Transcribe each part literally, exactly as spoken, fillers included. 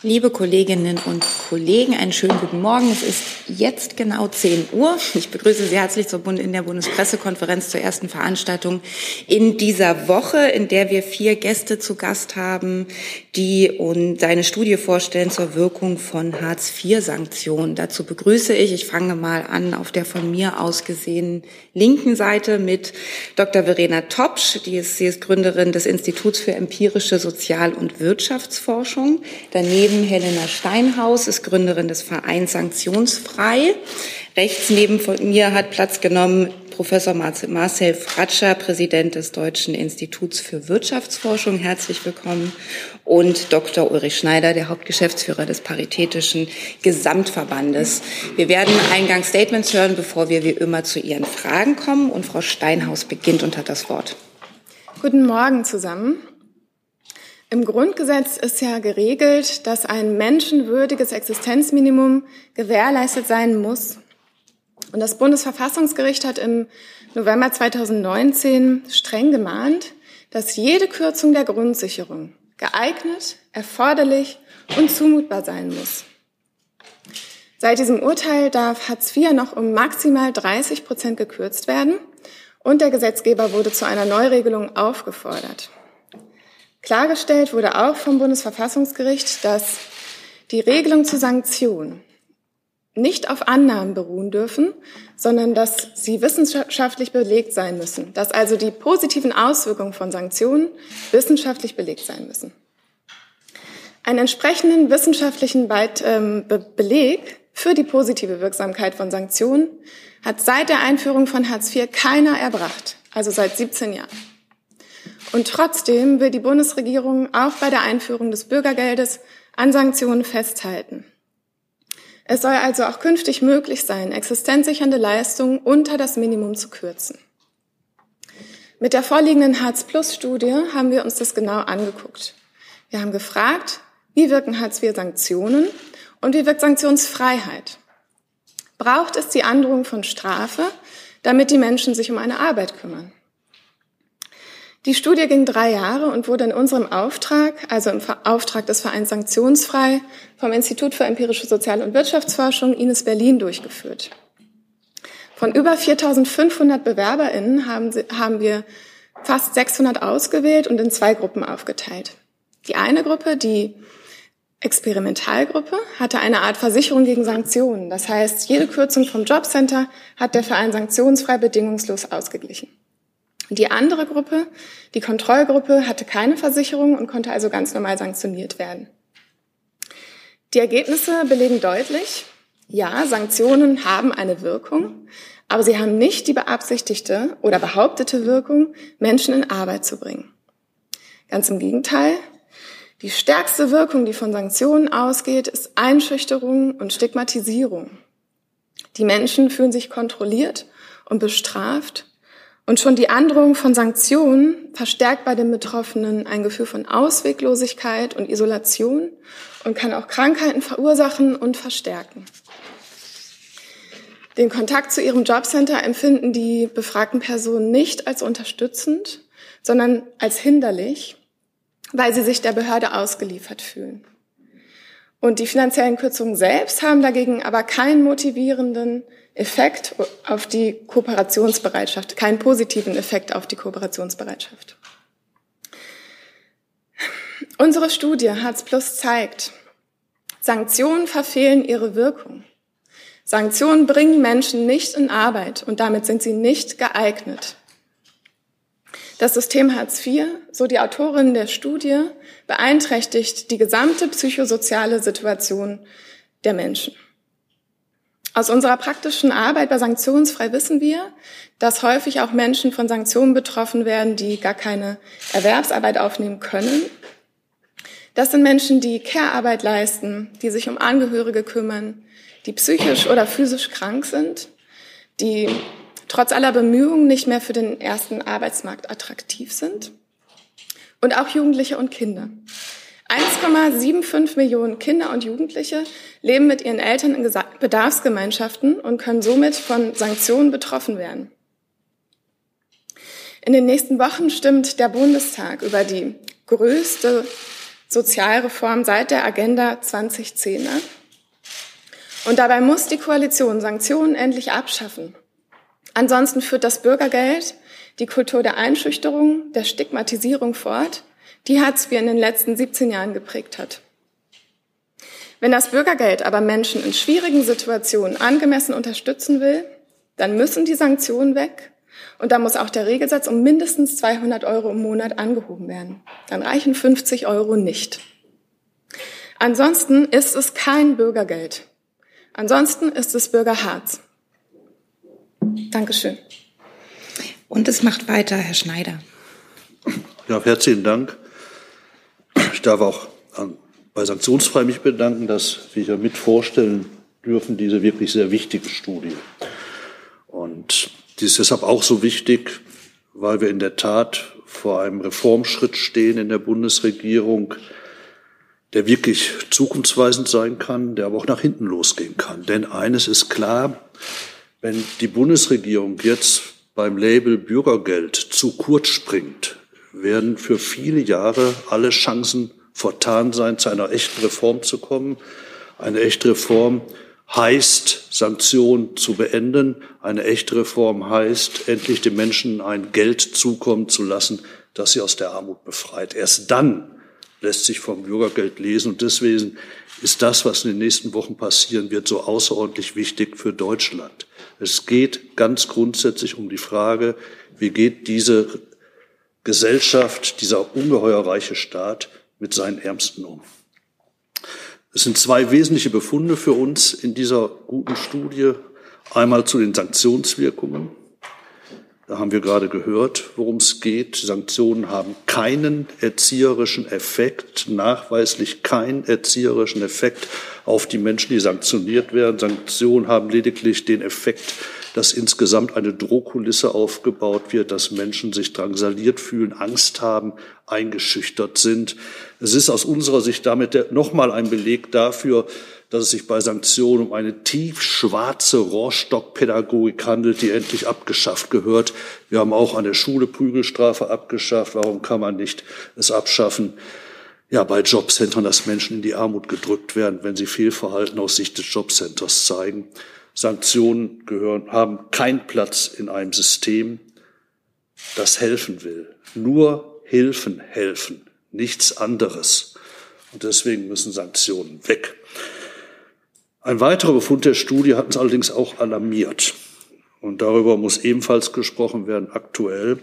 Liebe Kolleginnen und Kollegen, einen schönen guten Morgen. Es ist jetzt genau zehn Uhr. Ich begrüße Sie herzlich zur Bund in der Bundespressekonferenz zur ersten Veranstaltung in dieser Woche, in der wir vier Gäste zu Gast haben, die uns eine Studie vorstellen zur Wirkung von Hartz vier Sanktionen. Dazu begrüße ich, ich fange mal an, auf der von mir aus gesehenen linken Seite mit Doktor Verena Topsch. Die ist, sie ist Gründerin des Instituts für empirische Sozial- und Wirtschaftsforschung. Daneben Helena Steinhaus ist Gründerin des Vereins Sanktionsfrei. Rechts neben von mir hat Platz genommen Professor Marcel Fratscher, Präsident des Deutschen Instituts für Wirtschaftsforschung. Herzlich willkommen. Und Doktor Ulrich Schneider, der Hauptgeschäftsführer des Paritätischen Gesamtverbandes. Wir werden eingangs Statements hören, bevor wir wie immer zu Ihren Fragen kommen. Und Frau Steinhaus beginnt und hat das Wort. Guten Morgen zusammen. Im Grundgesetz ist ja geregelt, dass ein menschenwürdiges Existenzminimum gewährleistet sein muss. Und das Bundesverfassungsgericht hat im November zweitausendneunzehn streng gemahnt, dass jede Kürzung der Grundsicherung geeignet, erforderlich und zumutbar sein muss. Seit diesem Urteil darf Hartz vier noch um maximal dreißig Prozent gekürzt werden und der Gesetzgeber wurde zu einer Neuregelung aufgefordert. Klargestellt wurde auch vom Bundesverfassungsgericht, dass die Regelung zur Sanktion nicht auf Annahmen beruhen dürfen, sondern dass sie wissenschaftlich belegt sein müssen, dass also die positiven Auswirkungen von Sanktionen wissenschaftlich belegt sein müssen. Einen entsprechenden wissenschaftlichen Beleg für die positive Wirksamkeit von Sanktionen hat seit der Einführung von Hartz vier keiner erbracht, also seit siebzehn Jahren. Und trotzdem will die Bundesregierung auch bei der Einführung des Bürgergeldes an Sanktionen festhalten. Es soll also auch künftig möglich sein, existenzsichernde Leistungen unter das Minimum zu kürzen. Mit der vorliegenden Hartz-Plus-Studie haben wir uns das genau angeguckt. Wir haben gefragt, wie wirken Hartz vier Sanktionen und wie wirkt Sanktionsfreiheit? Braucht es die Androhung von Strafe, damit die Menschen sich um eine Arbeit kümmern? Die Studie ging drei Jahre und wurde in unserem Auftrag, also im Auftrag des Vereins Sanktionsfrei, vom Institut für empirische Sozial- und Wirtschaftsforschung I N E S Berlin durchgeführt. Von über viertausendfünfhundert BewerberInnen haben, haben wir fast sechshundert ausgewählt und in zwei Gruppen aufgeteilt. Die eine Gruppe, die Experimentalgruppe, hatte eine Art Versicherung gegen Sanktionen. Das heißt, jede Kürzung vom Jobcenter hat der Verein Sanktionsfrei bedingungslos ausgeglichen. Die andere Gruppe, die Kontrollgruppe, hatte keine Versicherung und konnte also ganz normal sanktioniert werden. Die Ergebnisse belegen deutlich, ja, Sanktionen haben eine Wirkung, aber sie haben nicht die beabsichtigte oder behauptete Wirkung, Menschen in Arbeit zu bringen. Ganz im Gegenteil, die stärkste Wirkung, die von Sanktionen ausgeht, ist Einschüchterung und Stigmatisierung. Die Menschen fühlen sich kontrolliert und bestraft. Und schon die Androhung von Sanktionen verstärkt bei den Betroffenen ein Gefühl von Ausweglosigkeit und Isolation und kann auch Krankheiten verursachen und verstärken. Den Kontakt zu ihrem Jobcenter empfinden die befragten Personen nicht als unterstützend, sondern als hinderlich, weil sie sich der Behörde ausgeliefert fühlen. Und die finanziellen Kürzungen selbst haben dagegen aber keinen motivierenden Effekt auf die Kooperationsbereitschaft, keinen positiven Effekt auf die Kooperationsbereitschaft. Unsere Studie Hartz Plus zeigt, Sanktionen verfehlen ihre Wirkung. Sanktionen bringen Menschen nicht in Arbeit und damit sind sie nicht geeignet. Das System Hartz vier, so die Autorin der Studie, beeinträchtigt die gesamte psychosoziale Situation der Menschen. Aus unserer praktischen Arbeit bei Sanktionsfrei wissen wir, dass häufig auch Menschen von Sanktionen betroffen werden, die gar keine Erwerbsarbeit aufnehmen können. Das sind Menschen, die Care-Arbeit leisten, die sich um Angehörige kümmern, die psychisch oder physisch krank sind, die trotz aller Bemühungen nicht mehr für den ersten Arbeitsmarkt attraktiv sind. Und auch Jugendliche und Kinder. eins Komma fünfundsiebzig Millionen Kinder und Jugendliche leben mit ihren Eltern in Bedarfsgemeinschaften und können somit von Sanktionen betroffen werden. In den nächsten Wochen stimmt der Bundestag über die größte Sozialreform seit der Agenda zweitausendzehn. Und dabei muss die Koalition Sanktionen endlich abschaffen. Ansonsten führt das Bürgergeld die Kultur der Einschüchterung, der Stigmatisierung fort, die Hartz vier in den letzten siebzehn Jahren geprägt hat. Wenn das Bürgergeld aber Menschen in schwierigen Situationen angemessen unterstützen will, dann müssen die Sanktionen weg und da muss auch der Regelsatz um mindestens zweihundert Euro im Monat angehoben werden. Dann reichen fünfzig Euro nicht. Ansonsten ist es kein Bürgergeld. Ansonsten ist es Bürgerharz. Dankeschön. Und es macht weiter, Herr Schneider. Ja, herzlichen Dank. Ich darf auch an, bei Sanktionsfrei mich bedanken, dass wir hier mit vorstellen dürfen, diese wirklich sehr wichtige Studie. Und die ist deshalb auch so wichtig, weil wir in der Tat vor einem Reformschritt stehen in der Bundesregierung, der wirklich zukunftsweisend sein kann, der aber auch nach hinten losgehen kann. Denn eines ist klar, wenn die Bundesregierung jetzt beim Label Bürgergeld zu kurz springt, werden für viele Jahre alle Chancen vertan sein, zu einer echten Reform zu kommen. Eine echte Reform heißt, Sanktionen zu beenden. Eine echte Reform heißt, endlich den Menschen ein Geld zukommen zu lassen, das sie aus der Armut befreit. Erst dann lässt sich vom Bürgergeld lesen. Und deswegen ist das, was in den nächsten Wochen passieren wird, so außerordentlich wichtig für Deutschland. Es geht ganz grundsätzlich um die Frage, wie geht diese Gesellschaft, dieser ungeheuer reiche Staat mit seinen Ärmsten um. Es sind zwei wesentliche Befunde für uns in dieser guten Studie. Einmal zu den Sanktionswirkungen. Da haben wir gerade gehört, worum es geht. Sanktionen haben keinen erzieherischen Effekt, nachweislich keinen erzieherischen Effekt auf die Menschen, die sanktioniert werden. Sanktionen haben lediglich den Effekt, dass insgesamt eine Drohkulisse aufgebaut wird, dass Menschen sich drangsaliert fühlen, Angst haben, eingeschüchtert sind. Es ist aus unserer Sicht damit nochmal ein Beleg dafür, dass es sich bei Sanktionen um eine tiefschwarze Rohrstockpädagogik handelt, die endlich abgeschafft gehört. Wir haben auch an der Schule Prügelstrafe abgeschafft. Warum kann man nicht es abschaffen? Ja, bei Jobcentern, dass Menschen in die Armut gedrückt werden, wenn sie Fehlverhalten aus Sicht des Jobcenters zeigen. Sanktionen gehören, haben keinen Platz in einem System, das helfen will. Nur Hilfen helfen, nichts anderes. Und deswegen müssen Sanktionen weg. Ein weiterer Befund der Studie hat uns allerdings auch alarmiert. Und darüber muss ebenfalls gesprochen werden aktuell.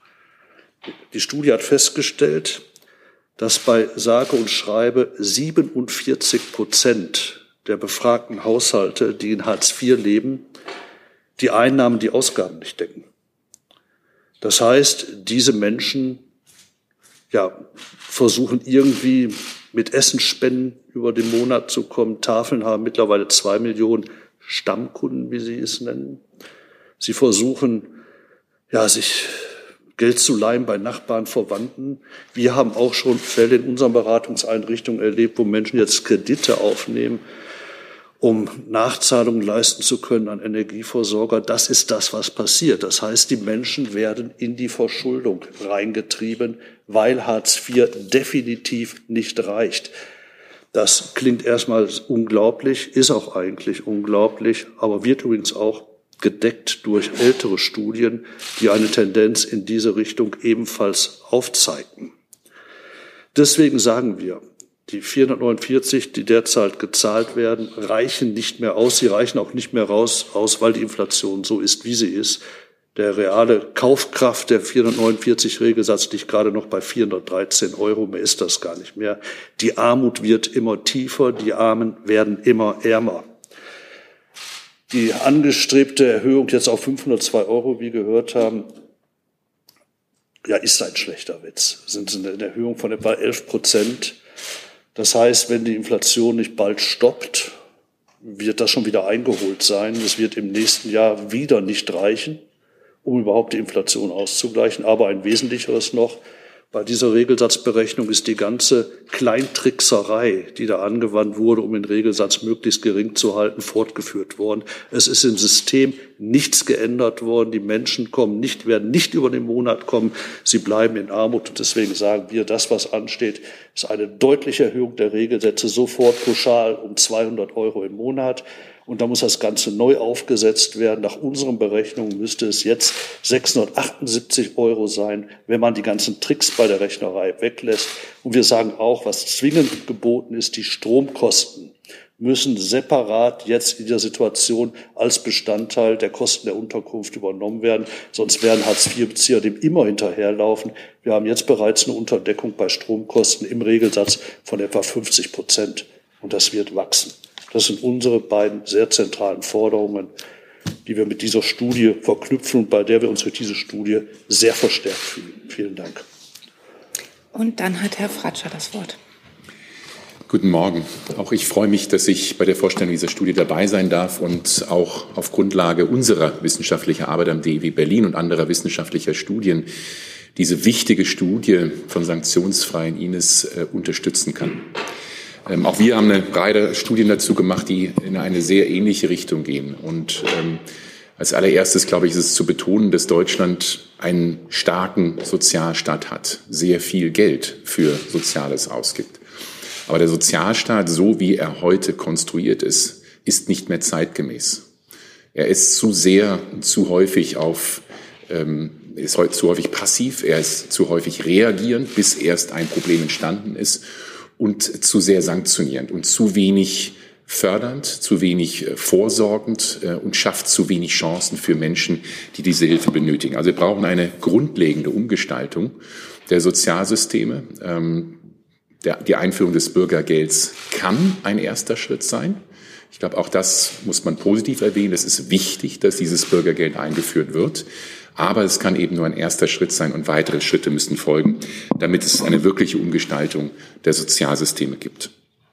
Die Studie hat festgestellt, dass bei sage und schreibe siebenundvierzig Prozent der befragten Haushalte, die in Hartz vier leben, die Einnahmen, die Ausgaben nicht decken. Das heißt, diese Menschen ja, versuchen irgendwie mit Essensspenden über den Monat zu kommen. Tafeln haben mittlerweile zwei Millionen Stammkunden, wie sie es nennen. Sie versuchen, ja, sich Geld zu leihen bei Nachbarn, Verwandten. Wir haben auch schon Fälle in unseren Beratungseinrichtungen erlebt, wo Menschen jetzt Kredite aufnehmen, um Nachzahlungen leisten zu können an Energieversorger. Das ist das, was passiert. Das heißt, die Menschen werden in die Verschuldung reingetrieben, weil Hartz vier definitiv nicht reicht. Das klingt erstmal unglaublich, ist auch eigentlich unglaublich, aber wird übrigens auch gedeckt durch ältere Studien, die eine Tendenz in diese Richtung ebenfalls aufzeigten. Deswegen sagen wir, die vierhundertneunundvierzig, die derzeit gezahlt werden, reichen nicht mehr aus. Sie reichen auch nicht mehr raus, aus, weil die Inflation so ist, wie sie ist. Der reale Kaufkraft der vierhundertneunundvierzig Regelsatz liegt gerade noch bei vierhundertdreizehn Euro. Mehr ist das gar nicht mehr. Die Armut wird immer tiefer, die Armen werden immer ärmer. Die angestrebte Erhöhung jetzt auf fünfhundertzwei Euro, wie wir gehört haben, ja, ist ein schlechter Witz. Das sind eine Erhöhung von etwa elf Prozent. Das heißt, wenn die Inflation nicht bald stoppt, wird das schon wieder eingeholt sein. Es wird im nächsten Jahr wieder nicht reichen, um überhaupt die Inflation auszugleichen. Aber ein wesentlicheres noch, bei dieser Regelsatzberechnung ist die ganze Kleintrickserei, die da angewandt wurde, um den Regelsatz möglichst gering zu halten, fortgeführt worden. Es ist im System nichts geändert worden. Die Menschen kommen nicht, werden nicht über den Monat kommen. Sie bleiben in Armut. Und deswegen sagen wir, das, was ansteht, ist eine deutliche Erhöhung der Regelsätze, sofort pauschal um zweihundert Euro im Monat. Und da muss das Ganze neu aufgesetzt werden. Nach unseren Berechnungen müsste es jetzt sechshundertachtundsiebzig Euro sein, wenn man die ganzen Tricks bei der Rechnerei weglässt. Und wir sagen auch, was zwingend geboten ist, die Stromkosten müssen separat jetzt in der Situation als Bestandteil der Kosten der Unterkunft übernommen werden. Sonst werden Hartz-vier-Bezieher dem immer hinterherlaufen. Wir haben jetzt bereits eine Unterdeckung bei Stromkosten im Regelsatz von etwa fünfzig Prozent. Und das wird wachsen. Das sind unsere beiden sehr zentralen Forderungen, die wir mit dieser Studie verknüpfen und bei der wir uns durch diese Studie sehr verstärkt fühlen. Vielen Dank. Und dann hat Herr Fratscher das Wort. Guten Morgen. Auch ich freue mich, dass ich bei der Vorstellung dieser Studie dabei sein darf und auch auf Grundlage unserer wissenschaftlichen Arbeit am D I W Berlin und anderer wissenschaftlicher Studien diese wichtige Studie von Sanktionsfreien Ines äh, unterstützen kann. Ähm, auch wir haben eine Reihe Studien dazu gemacht, die in eine sehr ähnliche Richtung gehen. Und ähm, als allererstes, glaube ich, ist es zu betonen, dass Deutschland einen starken Sozialstaat hat, sehr viel Geld für Soziales ausgibt. Aber der Sozialstaat, so wie er heute konstruiert ist, ist nicht mehr zeitgemäß. Er ist zu sehr und zu häufig auf, ähm, ist heute zu häufig passiv, er ist zu häufig reagierend, bis erst ein Problem entstanden ist. Und zu sehr sanktionierend und zu wenig fördernd, zu wenig vorsorgend äh, und schafft zu wenig Chancen für Menschen, die diese Hilfe benötigen. Also wir brauchen eine grundlegende Umgestaltung der Sozialsysteme. Ähm, der, die Einführung des Bürgergelds kann ein erster Schritt sein. Ich glaube, auch das muss man positiv erwähnen. Es ist wichtig, dass dieses Bürgergeld eingeführt wird. Aber es kann eben nur ein erster Schritt sein und weitere Schritte müssen folgen, damit es eine wirkliche Umgestaltung der Sozialsysteme gibt.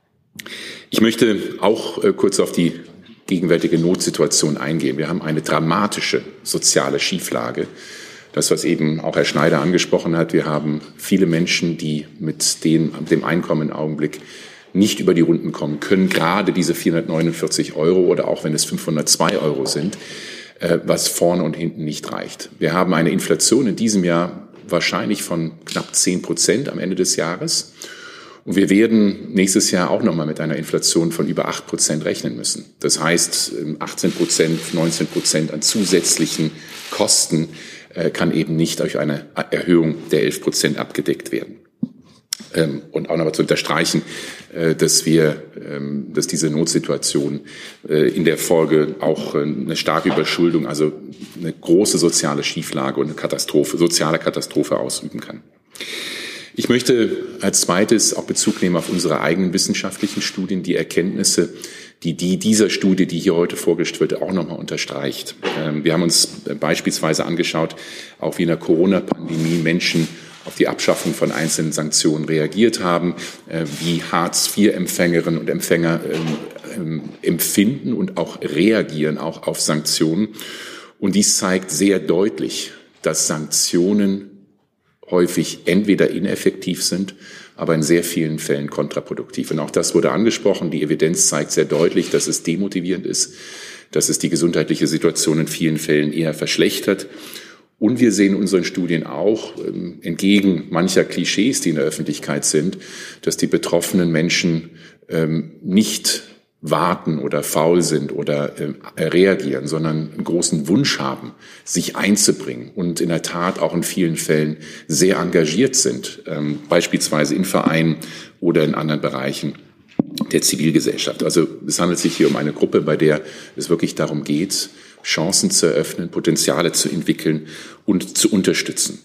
Ich möchte auch äh, kurz auf die gegenwärtige Notsituation eingehen. Wir haben eine dramatische soziale Schieflage. Das, was eben auch Herr Schneider angesprochen hat, wir haben viele Menschen, die mit dem, dem Einkommen im Augenblick nicht über die Runden kommen können, gerade diese vierhundertneunundvierzig Euro oder auch wenn es fünfhundertzwei Euro sind, was vorne und hinten nicht reicht. Wir haben eine Inflation in diesem Jahr wahrscheinlich von knapp zehn Prozent am Ende des Jahres. Und wir werden nächstes Jahr auch nochmal mit einer Inflation von über acht Prozent rechnen müssen. Das heißt, achtzehn Prozent, neunzehn Prozent an zusätzlichen Kosten kann eben nicht durch eine Erhöhung der elf Prozent abgedeckt werden. Und auch noch mal zu unterstreichen, dass wir, dass diese Notsituation in der Folge auch eine starke Überschuldung, also eine große soziale Schieflage und eine Katastrophe, soziale Katastrophe ausüben kann. Ich möchte als zweites auch Bezug nehmen auf unsere eigenen wissenschaftlichen Studien, die Erkenntnisse, die die dieser Studie, die hier heute vorgestellt wird, auch nochmal unterstreicht. Wir haben uns beispielsweise angeschaut, auch wie in der Corona-Pandemie Menschen auf die Abschaffung von einzelnen Sanktionen reagiert haben, wie Hartz vier Empfängerinnen und Empfänger empfinden und auch reagieren auch auf Sanktionen. Und dies zeigt sehr deutlich, dass Sanktionen häufig entweder ineffektiv sind, aber in sehr vielen Fällen kontraproduktiv. Und auch das wurde angesprochen. Die Evidenz zeigt sehr deutlich, dass es demotivierend ist, dass es die gesundheitliche Situation in vielen Fällen eher verschlechtert. Und wir sehen in unseren Studien auch, ähm, entgegen mancher Klischees, die in der Öffentlichkeit sind, dass die betroffenen Menschen ähm, nicht warten oder faul sind oder äh, reagieren, sondern einen großen Wunsch haben, sich einzubringen und in der Tat auch in vielen Fällen sehr engagiert sind, ähm, beispielsweise in Vereinen oder in anderen Bereichen der Zivilgesellschaft. Also es handelt sich hier um eine Gruppe, bei der es wirklich darum geht, Chancen zu eröffnen, Potenziale zu entwickeln und zu unterstützen.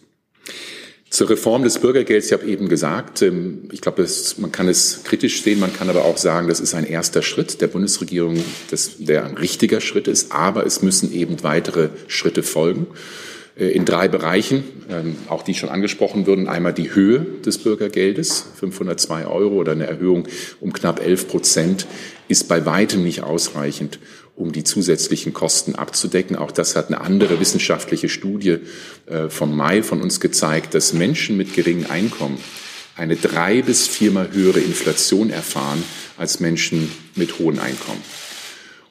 Zur Reform des Bürgergelds, ich habe eben gesagt, ich glaube, man kann es kritisch sehen, man kann aber auch sagen, das ist ein erster Schritt der Bundesregierung, das, der ein richtiger Schritt ist, aber es müssen eben weitere Schritte folgen in drei Bereichen, auch die schon angesprochen wurden. Einmal die Höhe des Bürgergeldes, fünfhundertzwei Euro oder eine Erhöhung um knapp elf Prozent, ist bei weitem nicht ausreichend, um die zusätzlichen Kosten abzudecken. Auch das hat eine andere wissenschaftliche Studie äh, vom Mai von uns gezeigt, dass Menschen mit geringem Einkommen eine drei- bis viermal höhere Inflation erfahren als Menschen mit hohem Einkommen.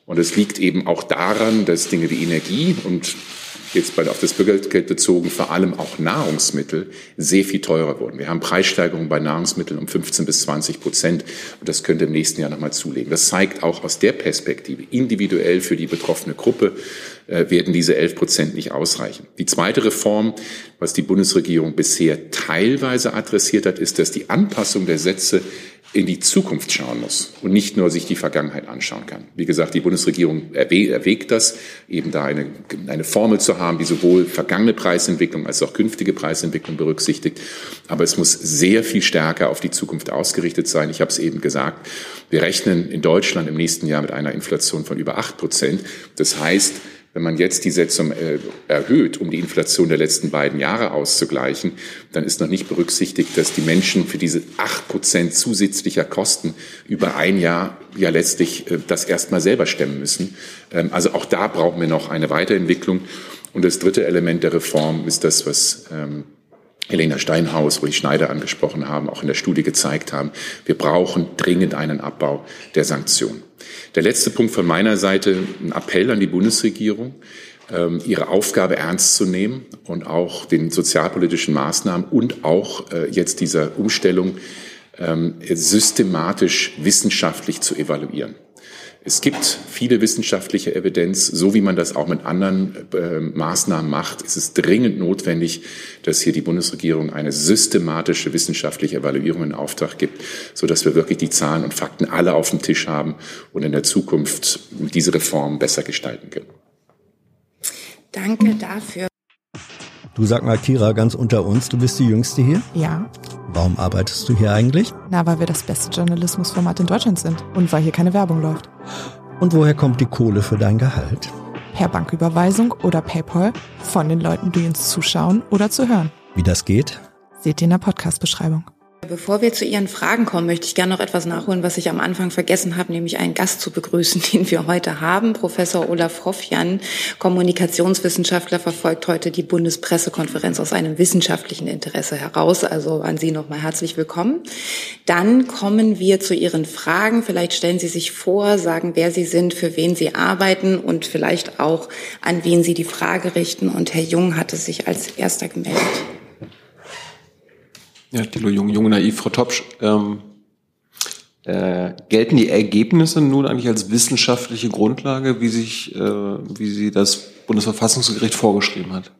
Und es liegt eben auch daran, dass Dinge wie Energie und jetzt bald auf das Bürgergeld bezogen, vor allem auch Nahrungsmittel sehr viel teurer wurden. Wir haben Preissteigerungen bei Nahrungsmitteln um fünfzehn bis zwanzig Prozent und das könnte im nächsten Jahr nochmal zulegen. Das zeigt auch aus der Perspektive, individuell für die betroffene Gruppe äh, werden diese elf Prozent nicht ausreichen. Die zweite Reform, was die Bundesregierung bisher teilweise adressiert hat, ist, dass die Anpassung der Sätze in die Zukunft schauen muss und nicht nur sich die Vergangenheit anschauen kann. Wie gesagt, die Bundesregierung erwägt das, eben da eine, eine Formel zu haben, die sowohl vergangene Preisentwicklung als auch künftige Preisentwicklung berücksichtigt. Aber es muss sehr viel stärker auf die Zukunft ausgerichtet sein. Ich habe es eben gesagt, wir rechnen in Deutschland im nächsten Jahr mit einer Inflation von über acht Prozent. Das heißt, wenn man jetzt die Sätze erhöht, um die Inflation der letzten beiden Jahre auszugleichen, dann ist noch nicht berücksichtigt, dass die Menschen für diese acht Prozent zusätzlicher Kosten über ein Jahr ja letztlich das erstmal selber stemmen müssen. Also auch da brauchen wir noch eine Weiterentwicklung. Und das dritte Element der Reform ist das, was Helena Steinhaus, Rudi Schneider angesprochen haben, auch in der Studie gezeigt haben. Wir brauchen dringend einen Abbau der Sanktionen. Der letzte Punkt von meiner Seite, ein Appell an die Bundesregierung, ihre Aufgabe ernst zu nehmen und auch den sozialpolitischen Maßnahmen und auch jetzt dieser Umstellung systematisch wissenschaftlich zu evaluieren. Es gibt viele wissenschaftliche Evidenz, so wie man das auch mit anderen äh, Maßnahmen macht. Es ist dringend notwendig, dass hier die Bundesregierung eine systematische wissenschaftliche Evaluierung in Auftrag gibt, sodass wir wirklich die Zahlen und Fakten alle auf dem Tisch haben und in der Zukunft diese Reform besser gestalten können. Danke dafür. Du, sag mal, Kira, ganz unter uns, du bist die Jüngste hier? Ja. Warum arbeitest du hier eigentlich? Na, weil wir das beste Journalismusformat in Deutschland sind und weil hier keine Werbung läuft. Und woher kommt die Kohle für dein Gehalt? Per Banküberweisung oder PayPal von den Leuten, die uns zuschauen oder zu hören. Wie das geht? Seht ihr in der Podcast-Beschreibung. Bevor wir zu Ihren Fragen kommen, möchte ich gerne noch etwas nachholen, was ich am Anfang vergessen habe, nämlich einen Gast zu begrüßen, den wir heute haben. Professor Olaf Hoffjan, Kommunikationswissenschaftler, verfolgt heute die Bundespressekonferenz aus einem wissenschaftlichen Interesse heraus. Also an Sie nochmal herzlich willkommen. Dann kommen wir zu Ihren Fragen. Vielleicht stellen Sie sich vor, sagen, wer Sie sind, für wen Sie arbeiten und vielleicht auch, an wen Sie die Frage richten. Und Herr Jung hatte sich als Erster gemeldet. Ja, Thilo Jung, Jung naiv, Frau Topsch. Ähm, äh, gelten die Ergebnisse nun eigentlich als wissenschaftliche Grundlage, wie sich, äh, wie sie das Bundesverfassungsgericht vorgeschrieben hat?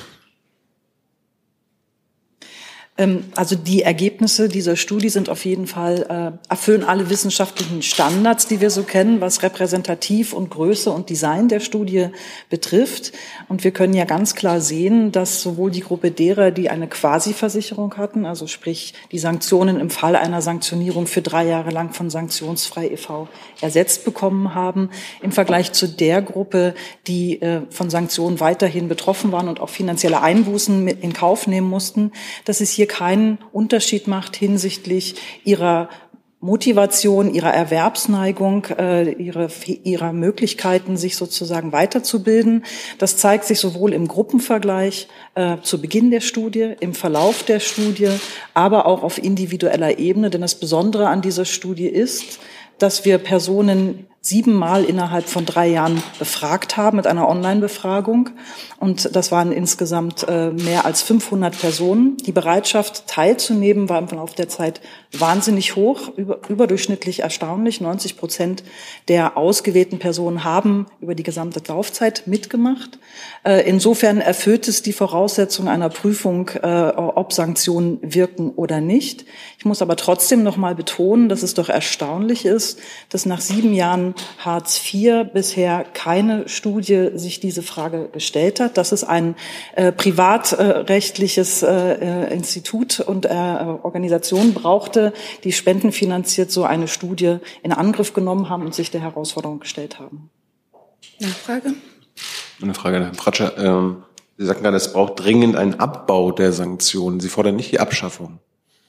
Also die Ergebnisse dieser Studie sind auf jeden Fall, äh, erfüllen alle wissenschaftlichen Standards, die wir so kennen, was Repräsentativ und Größe und Design der Studie betrifft. Und wir können ja ganz klar sehen, dass sowohl die Gruppe derer, die eine Quasi-Versicherung hatten, also sprich die Sanktionen im Fall einer Sanktionierung für drei Jahre lang von Sanktionsfrei e V ersetzt bekommen haben, im Vergleich zu der Gruppe, die äh, von Sanktionen weiterhin betroffen waren und auch finanzielle Einbußen mit in Kauf nehmen mussten, dass es hier keinen Unterschied macht hinsichtlich ihrer Motivation, ihrer Erwerbsneigung, äh, ihrer, ihrer Möglichkeiten, sich sozusagen weiterzubilden. Das zeigt sich sowohl im Gruppenvergleich äh, zu Beginn der Studie, im Verlauf der Studie, aber auch auf individueller Ebene. Denn das Besondere an dieser Studie ist, dass wir Personen siebenmal innerhalb von drei Jahren befragt haben mit einer Online-Befragung. Und das waren insgesamt äh, mehr als fünfhundert Personen. Die Bereitschaft, teilzunehmen, war im Verlauf der Zeit wahnsinnig hoch, über, überdurchschnittlich erstaunlich. neunzig Prozent der ausgewählten Personen haben über die gesamte Laufzeit mitgemacht. Äh, insofern erfüllt es die Voraussetzung einer Prüfung, äh, ob Sanktionen wirken oder nicht. Ich muss aber trotzdem noch mal betonen, dass es doch erstaunlich ist, dass nach sieben Jahren Hartz vier bisher keine Studie sich diese Frage gestellt hat, dass es ein äh, privatrechtliches äh, Institut und äh, Organisation brauchte, die spendenfinanziert so eine Studie in Angriff genommen haben und sich der Herausforderung gestellt haben. Nachfrage? Eine Frage an Herrn Fratscher. Ähm, Sie sagten gerade, es braucht dringend einen Abbau der Sanktionen. Sie fordern nicht die Abschaffung.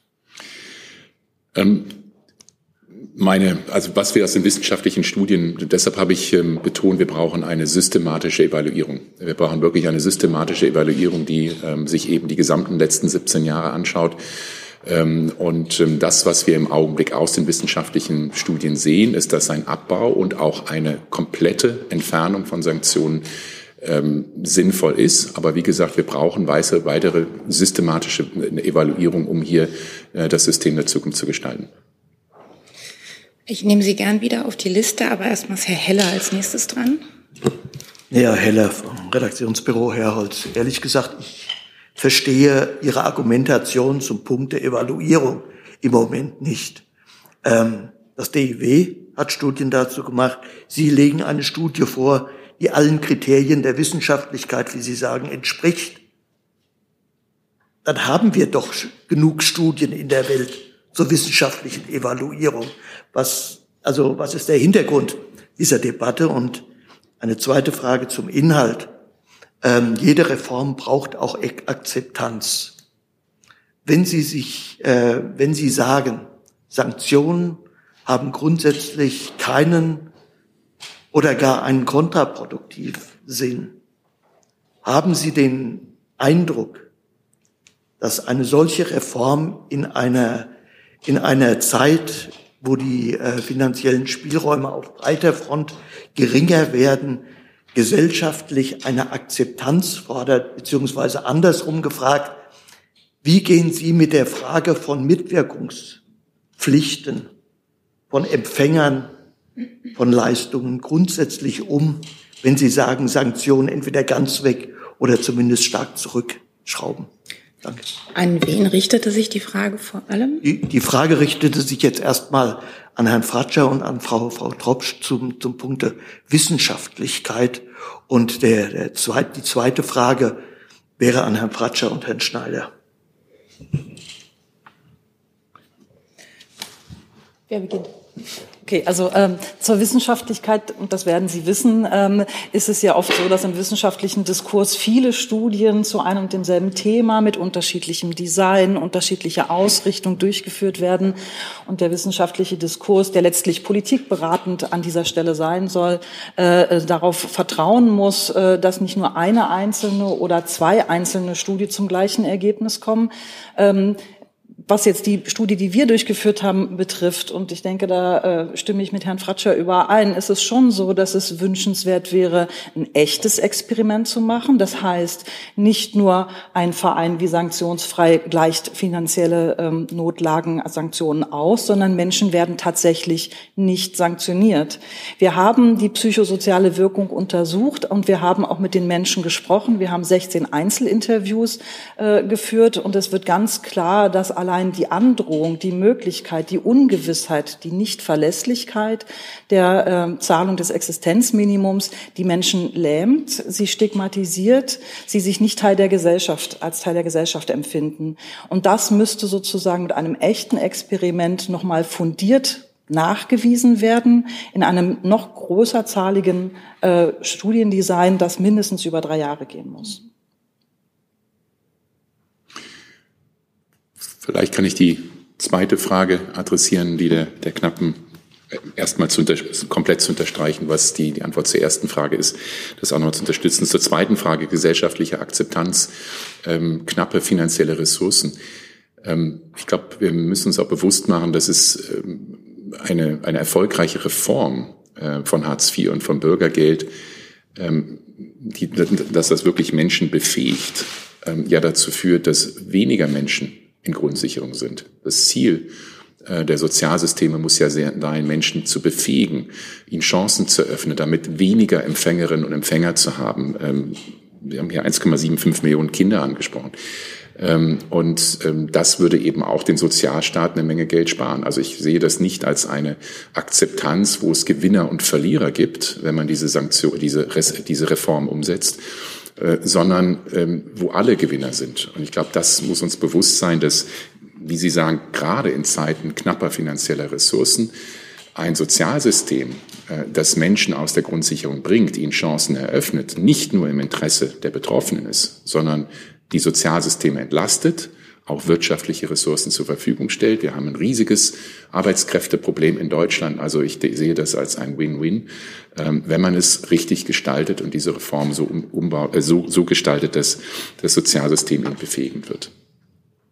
Ähm Meine, also was wir aus den wissenschaftlichen Studien, deshalb habe ich ähm, betont, wir brauchen eine systematische Evaluierung. Wir brauchen wirklich eine systematische Evaluierung, die ähm, sich eben die gesamten letzten siebzehn Jahre anschaut. Und das, was wir im Augenblick aus den wissenschaftlichen Studien sehen, ist, dass ein Abbau und auch eine komplette Entfernung von Sanktionen ähm, sinnvoll ist. Aber wie gesagt, wir brauchen weitere, weitere systematische Evaluierung, um hier äh, das System der Zukunft zu gestalten. Ich nehme Sie gern wieder auf die Liste, aber erstmal ist Herr Heller als nächstes dran. Ja, Heller vom Redaktionsbüro Herholz. Ehrlich gesagt, ich verstehe Ihre Argumentation zum Punkt der Evaluierung im Moment nicht. Ähm, das D I W hat Studien dazu gemacht. Sie legen eine Studie vor, die allen Kriterien der Wissenschaftlichkeit, wie Sie sagen, entspricht. Dann haben wir doch genug Studien in der Welt zur wissenschaftlichen Evaluierung. Was, also, was ist der Hintergrund dieser Debatte? Und eine zweite Frage zum Inhalt. Ähm, jede Reform braucht auch Akzeptanz. Wenn Sie sich, äh, wenn Sie sagen, Sanktionen haben grundsätzlich keinen oder gar einen kontraproduktiven Sinn, haben Sie den Eindruck, dass eine solche Reform in einer in einer Zeit, wo die äh, finanziellen Spielräume auf breiter Front geringer werden, gesellschaftlich eine Akzeptanz fordert, beziehungsweise andersrum gefragt, wie gehen Sie mit der Frage von Mitwirkungspflichten, von Empfängern, von Leistungen grundsätzlich um, wenn Sie sagen, Sanktionen entweder ganz weg oder zumindest stark zurückschrauben? Danke. An wen richtete sich die Frage vor allem? Die, die Frage richtete sich jetzt erstmal an Herrn Fratscher und an Frau, Frau Tropsch zum, zum Punkt der Wissenschaftlichkeit. Und der, der zweit, die zweite Frage wäre an Herrn Fratscher und Herrn Schneider. Wer beginnt? Okay, also ähm, zur Wissenschaftlichkeit, und das werden Sie wissen, ähm, ist es ja oft so, dass im wissenschaftlichen Diskurs viele Studien zu einem und demselben Thema mit unterschiedlichem Design, unterschiedlicher Ausrichtung durchgeführt werden. Und der wissenschaftliche Diskurs, der letztlich politikberatend an dieser Stelle sein soll, äh, darauf vertrauen muss, äh, dass nicht nur eine einzelne oder zwei einzelne Studien zum gleichen Ergebnis kommen. Ähm, Was jetzt die Studie, die wir durchgeführt haben, betrifft, und ich denke, da äh, stimme ich mit Herrn Fratscher überein, ist es schon so, dass es wünschenswert wäre, ein echtes Experiment zu machen. Das heißt, nicht nur ein Verein wie Sanktionsfrei gleicht finanzielle ähm, Notlagen als Sanktionen aus, sondern Menschen werden tatsächlich nicht sanktioniert. Wir haben die psychosoziale Wirkung untersucht und wir haben auch mit den Menschen gesprochen. Wir haben sechzehn Einzelinterviews äh, geführt und es wird ganz klar, dass allein die Androhung, die Möglichkeit, die Ungewissheit, die Nichtverlässlichkeit der äh, Zahlung des Existenzminimums die Menschen lähmt, sie stigmatisiert, sie sich nicht Teil der Gesellschaft, als Teil der Gesellschaft empfinden. Und das müsste sozusagen mit einem echten Experiment nochmal fundiert nachgewiesen werden, in einem noch größerzahligen äh, Studiendesign, das mindestens über drei Jahre gehen muss. Vielleicht kann ich die zweite Frage adressieren, die der, der Knappen erstmal zu unter, komplett zu unterstreichen, was die, die Antwort zur ersten Frage ist, das auch noch zu unterstützen. Zur zweiten Frage, gesellschaftliche Akzeptanz, ähm, knappe finanzielle Ressourcen. Ähm, ich glaube, wir müssen uns auch bewusst machen, dass es ähm, eine, eine erfolgreiche Reform äh, von Hartz vier und vom Bürgergeld, ähm, die, dass das wirklich Menschen befähigt, ähm, ja dazu führt, dass weniger Menschen in Grundsicherung sind. Das Ziel äh, der Sozialsysteme muss ja sein, Menschen zu befähigen, ihnen Chancen zu eröffnen, damit weniger Empfängerinnen und Empfänger zu haben. Ähm, wir haben hier eins Komma fünfundsiebzig Millionen Kinder angesprochen. Ähm, und ähm, das würde eben auch den Sozialstaaten eine Menge Geld sparen. Also ich sehe das nicht als eine Akzeptanz, wo es Gewinner und Verlierer gibt, wenn man diese Sanktion, diese, diese Reform umsetzt, sondern ähm, wo alle Gewinner sind. Und ich glaube, das muss uns bewusst sein, dass, wie Sie sagen, gerade in Zeiten knapper finanzieller Ressourcen ein Sozialsystem, äh, das Menschen aus der Grundsicherung bringt, ihnen Chancen eröffnet, nicht nur im Interesse der Betroffenen ist, sondern die Sozialsysteme entlastet, auch wirtschaftliche Ressourcen zur Verfügung stellt. Wir haben ein riesiges Arbeitskräfteproblem in Deutschland. Also ich sehe das als ein Win-Win, wenn man es richtig gestaltet und diese Reform so, umbaut, so, so gestaltet, dass das Sozialsystem ihn befähigen wird.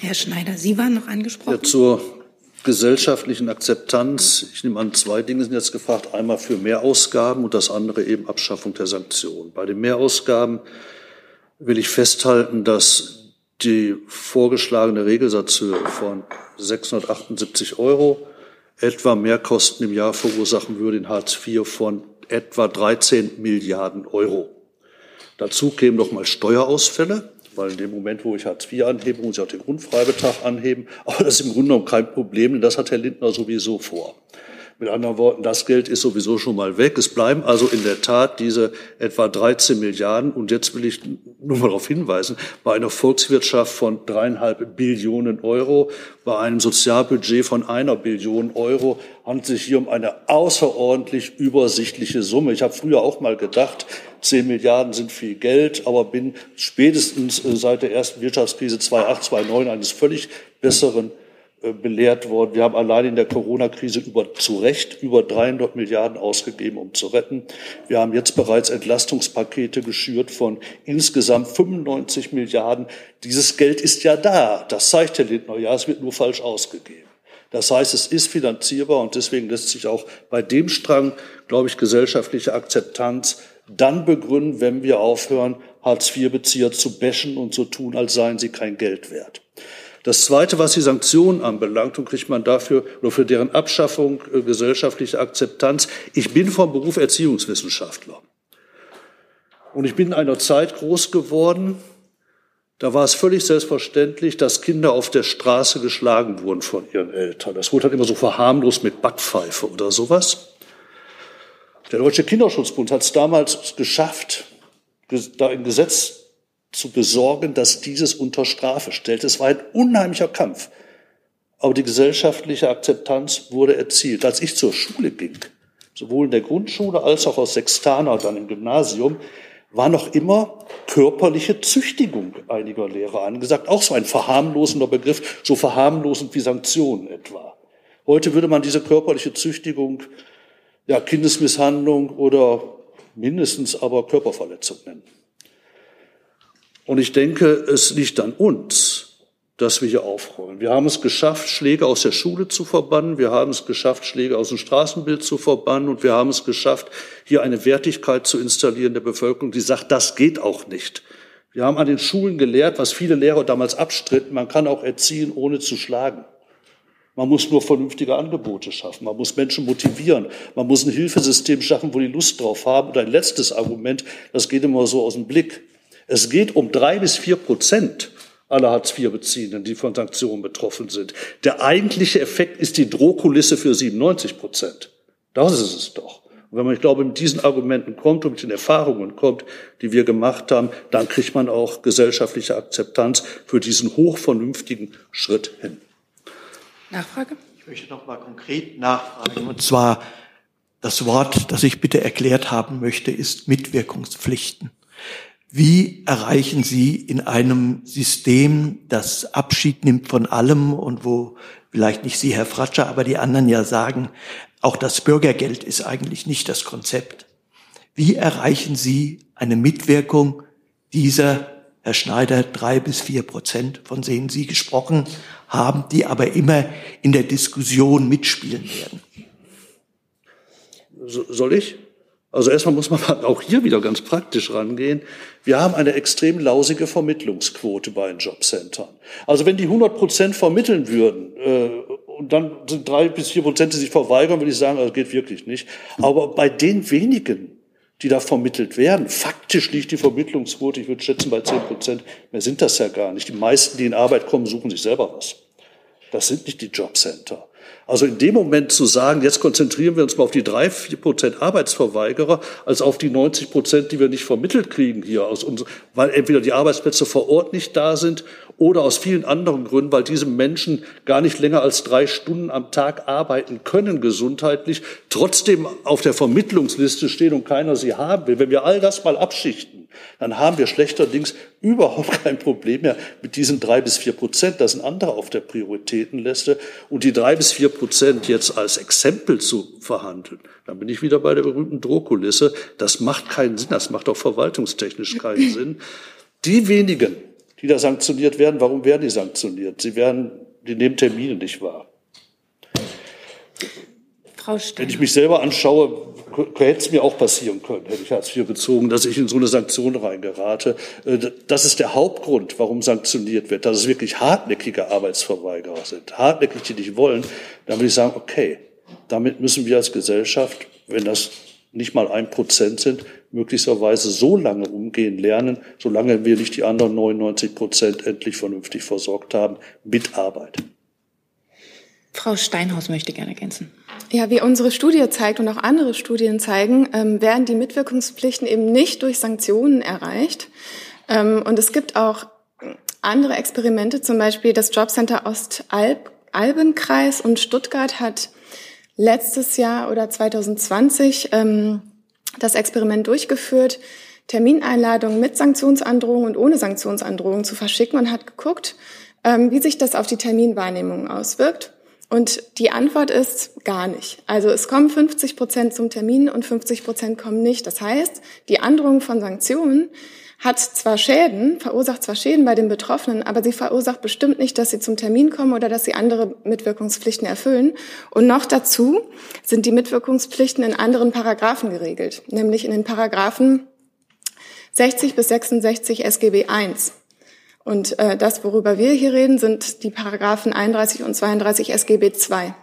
Herr Schneider, Sie waren noch angesprochen. Ja, zur gesellschaftlichen Akzeptanz. Ich nehme an, zwei Dinge sind jetzt gefragt. Einmal für Mehrausgaben und das andere eben Abschaffung der Sanktionen. Bei den Mehrausgaben will ich festhalten, dass die vorgeschlagene Regelsatzhöhe von sechshundertachtundsiebzig Euro etwa Mehrkosten im Jahr verursachen würde in Hartz vier von etwa dreizehn Milliarden Euro. Dazu kämen noch mal Steuerausfälle, weil in dem Moment, wo ich Hartz vier anhebe, muss ich auch den Grundfreibetrag anheben. Aber das ist im Grunde genommen kein Problem, denn das hat Herr Lindner sowieso vor. Mit anderen Worten, das Geld ist sowieso schon mal weg. Es bleiben also in der Tat diese etwa dreizehn Milliarden. Und jetzt will ich nur mal darauf hinweisen, bei einer Volkswirtschaft von dreieinhalb Billionen Euro, bei einem Sozialbudget von einer Billion Euro, handelt es sich hier um eine außerordentlich übersichtliche Summe. Ich habe früher auch mal gedacht, zehn Milliarden sind viel Geld, aber bin spätestens seit der ersten Wirtschaftskrise zweitausendacht, zweitausendneun eines völlig besseren belehrt worden. Wir haben allein in der Corona-Krise über, zu Recht über dreihundert Milliarden ausgegeben, um zu retten. Wir haben jetzt bereits Entlastungspakete geschürt von insgesamt fünfundneunzig Milliarden. Dieses Geld ist ja da. Das zeigt Herr Lindner. Ja, es wird nur falsch ausgegeben. Das heißt, es ist finanzierbar und deswegen lässt sich auch bei dem Strang, glaube ich, gesellschaftliche Akzeptanz dann begründen, wenn wir aufhören, Hartz vier Bezieher zu bashen und so tun, als seien sie kein Geld wert. Das Zweite, was die Sanktionen anbelangt, und kriegt man dafür oder für deren Abschaffung äh, gesellschaftliche Akzeptanz. Ich bin vom Beruf Erziehungswissenschaftler. Und ich bin in einer Zeit groß geworden, da war es völlig selbstverständlich, dass Kinder auf der Straße geschlagen wurden von ihren Eltern. Das wurde halt immer so verharmlost mit Backpfeife oder sowas. Der Deutsche Kinderschutzbund hat es damals geschafft, da im Gesetz zu besorgen, dass dieses unter Strafe stellt. Es war ein unheimlicher Kampf. Aber die gesellschaftliche Akzeptanz wurde erzielt. Als ich zur Schule ging, sowohl in der Grundschule als auch aus Sextaner dann im Gymnasium, war noch immer körperliche Züchtigung einiger Lehrer angesagt. Auch so ein verharmlosender Begriff, so verharmlosend wie Sanktionen etwa. Heute würde man diese körperliche Züchtigung ja, Kindesmisshandlung oder mindestens aber Körperverletzung nennen. Und ich denke, es liegt an uns, dass wir hier aufräumen. Wir haben es geschafft, Schläge aus der Schule zu verbannen. Wir haben es geschafft, Schläge aus dem Straßenbild zu verbannen. Und wir haben es geschafft, hier eine Wertigkeit zu installieren der Bevölkerung, die sagt, das geht auch nicht. Wir haben an den Schulen gelehrt, was viele Lehrer damals abstritten, man kann auch erziehen, ohne zu schlagen. Man muss nur vernünftige Angebote schaffen. Man muss Menschen motivieren. Man muss ein Hilfesystem schaffen, wo die Lust drauf haben. Und ein letztes Argument, das geht immer so aus dem Blick. Es geht um drei bis vier Prozent aller Hartz vier Beziehenden, die von Sanktionen betroffen sind. Der eigentliche Effekt ist die Drohkulisse für siebenundneunzig Prozent. Das ist es doch. Und wenn man, ich glaube, mit diesen Argumenten kommt und mit den Erfahrungen kommt, die wir gemacht haben, dann kriegt man auch gesellschaftliche Akzeptanz für diesen hochvernünftigen Schritt hin. Nachfrage? Ich möchte noch mal konkret nachfragen. Und zwar, das Wort, das ich bitte erklärt haben möchte, ist Mitwirkungspflichten. Wie erreichen Sie in einem System, das Abschied nimmt von allem und wo vielleicht nicht Sie, Herr Fratscher, aber die anderen ja sagen, auch das Bürgergeld ist eigentlich nicht das Konzept. Wie erreichen Sie eine Mitwirkung dieser, Herr Schneider, drei bis vier Prozent, von denen Sie gesprochen haben, die aber immer in der Diskussion mitspielen werden? So, soll ich? Also erstmal muss man auch hier wieder ganz praktisch rangehen. Wir haben eine extrem lausige Vermittlungsquote bei den Jobcentern. Also wenn die hundert Prozent vermitteln würden, äh, und dann sind drei bis vier Prozent, die sich verweigern, würde ich sagen, das geht wirklich nicht. Aber bei den wenigen, die da vermittelt werden, faktisch liegt die Vermittlungsquote, ich würde schätzen, bei zehn Prozent. Mehr sind das ja gar nicht. Die meisten, die in Arbeit kommen, suchen sich selber was. Das sind nicht die Jobcenter. Also in dem Moment zu sagen, jetzt konzentrieren wir uns mal auf die drei, vier Prozent Arbeitsverweigerer, als auf die neunzig Prozent, die wir nicht vermittelt kriegen hier, aus uns, weil entweder die Arbeitsplätze vor Ort nicht da sind oder aus vielen anderen Gründen, weil diese Menschen gar nicht länger als drei Stunden am Tag arbeiten können, gesundheitlich, trotzdem auf der Vermittlungsliste stehen und keiner sie haben will. Wenn wir all das mal abschichten, dann haben wir schlechterdings überhaupt kein Problem mehr mit diesen drei bis vier Prozent. Das sind andere auf der Prioritätenliste. Und die drei bis vier Prozent jetzt als Exempel zu verhandeln, dann bin ich wieder bei der berühmten Drohkulisse. Das macht keinen Sinn. Das macht auch verwaltungstechnisch keinen Sinn. Die wenigen, die da sanktioniert werden, warum werden die sanktioniert? Sie werden, die nehmen Termine nicht wahr. Frau Stein. Wenn ich mich selber anschaue, hätte es mir auch passieren können, hätte ich Hartz vier bezogen, dass ich in so eine Sanktion reingerate. Das ist der Hauptgrund, warum sanktioniert wird, dass es wirklich hartnäckige Arbeitsverweigerer sind, hartnäckig, die nicht wollen. Dann würde ich sagen, okay, damit müssen wir als Gesellschaft, wenn das nicht mal ein Prozent sind, möglicherweise so lange umgehen lernen, solange wir nicht die anderen neunundneunzig Prozent endlich vernünftig versorgt haben mit Arbeit. Frau Steinhaus möchte gerne ergänzen. Ja, wie unsere Studie zeigt und auch andere Studien zeigen, ähm, werden die Mitwirkungspflichten eben nicht durch Sanktionen erreicht. Ähm, und es gibt auch andere Experimente, zum Beispiel das Jobcenter Ostalbenkreis und Stuttgart hat letztes Jahr oder zwanzig zwanzig ähm, das Experiment durchgeführt, Termineinladungen mit Sanktionsandrohung und ohne Sanktionsandrohung zu verschicken und hat geguckt, ähm, wie sich das auf die Terminwahrnehmung auswirkt. Und die Antwort ist gar nicht. Also es kommen fünfzig Prozent zum Termin und fünfzig Prozent kommen nicht. Das heißt, die Androhung von Sanktionen hat zwar Schäden, verursacht zwar Schäden bei den Betroffenen, aber sie verursacht bestimmt nicht, dass sie zum Termin kommen oder dass sie andere Mitwirkungspflichten erfüllen. Und noch dazu sind die Mitwirkungspflichten in anderen Paragraphen geregelt, nämlich in den Paragraphen sechzig bis sechsundsechzig S G B eins. Und äh, das, worüber wir hier reden, sind die Paragraphen einunddreißig und zweiunddreißig S G B zwei.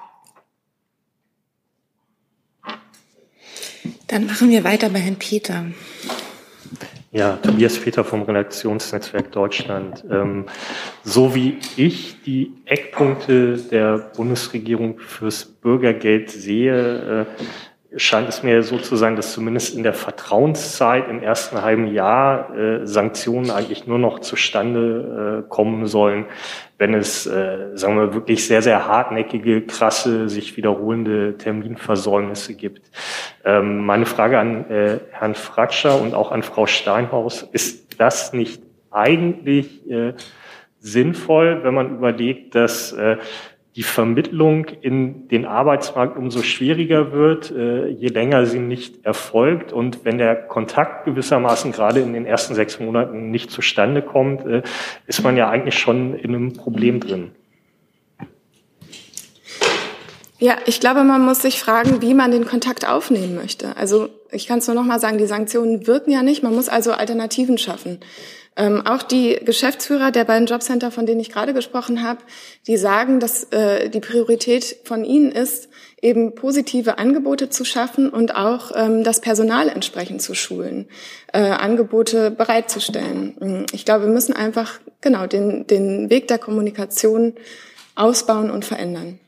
Dann machen wir weiter bei Herrn Peter. Ja, Tobias Peter vom Redaktionsnetzwerk Deutschland. Ähm, so wie ich die Eckpunkte der Bundesregierung fürs Bürgergeld sehe, äh, scheint es mir so zu sein, dass zumindest in der Vertrauenszeit im ersten halben Jahr äh, Sanktionen eigentlich nur noch zustande äh, kommen sollen, wenn es, äh, sagen wir, wirklich sehr, sehr hartnäckige, krasse, sich wiederholende Terminversäumnisse gibt. Ähm, meine Frage an äh, Herrn Fratscher und auch an Frau Steinhaus, ist das nicht eigentlich äh, sinnvoll, wenn man überlegt, dass äh, die Vermittlung in den Arbeitsmarkt umso schwieriger wird, äh, je länger sie nicht erfolgt. Und wenn der Kontakt gewissermaßen gerade in den ersten sechs Monaten nicht zustande kommt, äh, ist man ja eigentlich schon in einem Problem drin. Ja, ich glaube, man muss sich fragen, wie man den Kontakt aufnehmen möchte. Also ich kann es nur noch mal sagen, die Sanktionen wirken ja nicht. Man muss also Alternativen schaffen. Ähm, auch die Geschäftsführer der beiden Jobcenter, von denen ich gerade gesprochen habe, die sagen, dass äh, die Priorität von ihnen ist, eben positive Angebote zu schaffen und auch ähm, das Personal entsprechend zu schulen, äh, Angebote bereitzustellen. Ich glaube, wir müssen einfach genau den, den Weg der Kommunikation ausbauen und verändern.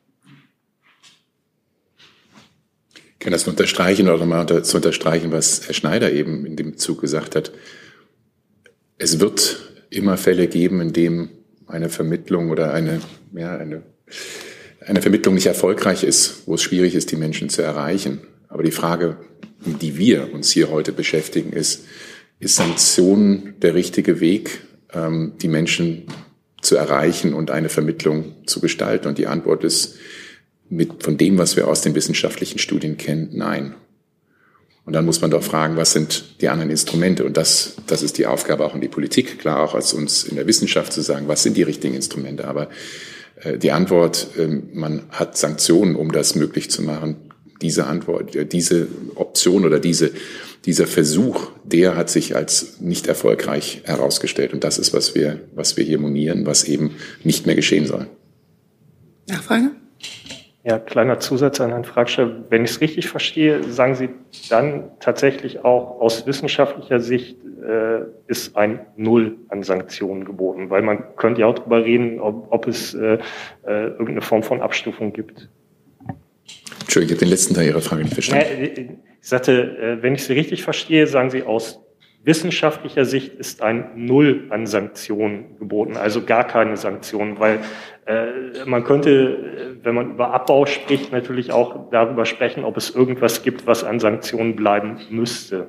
Ich kann das unterstreichen oder mal unter, zu unterstreichen, was Herr Schneider eben in dem Zug gesagt hat. Es wird immer Fälle geben, in denen eine Vermittlung oder eine, ja, eine, eine Vermittlung nicht erfolgreich ist, wo es schwierig ist, die Menschen zu erreichen. Aber die Frage, um die wir uns hier heute beschäftigen, ist, ist Sanktionen der richtige Weg, ähm, die Menschen zu erreichen und eine Vermittlung zu gestalten? Und die Antwort ist, mit, von dem, was wir aus den wissenschaftlichen Studien kennen, nein. Und dann muss man doch fragen, was sind die anderen Instrumente? Und das, das ist die Aufgabe auch in die Politik, klar auch als uns in der Wissenschaft zu sagen, was sind die richtigen Instrumente? Aber äh, die Antwort, äh, man hat Sanktionen, um das möglich zu machen. Diese Antwort, äh, diese Option oder diese, dieser Versuch, der hat sich als nicht erfolgreich herausgestellt. Und das ist, was wir, was wir hier monieren, was eben nicht mehr geschehen soll. Nachfrage? Ja, kleiner Zusatz an Herrn Fratscher. Wenn ich es richtig verstehe, sagen Sie dann tatsächlich auch aus wissenschaftlicher Sicht äh, ist ein Null an Sanktionen geboten, weil man könnte ja auch darüber reden, ob, ob es äh, äh, irgendeine Form von Abstufung gibt. Entschuldigung, ich habe den letzten Teil Ihrer Frage nicht verstanden. Ich sagte, äh, wenn ich Sie richtig verstehe, sagen Sie aus wissenschaftlicher Sicht ist ein Null an Sanktionen geboten, also gar keine Sanktionen, weil äh, man könnte, wenn man über Abbau spricht, natürlich auch darüber sprechen, ob es irgendwas gibt, was an Sanktionen bleiben müsste.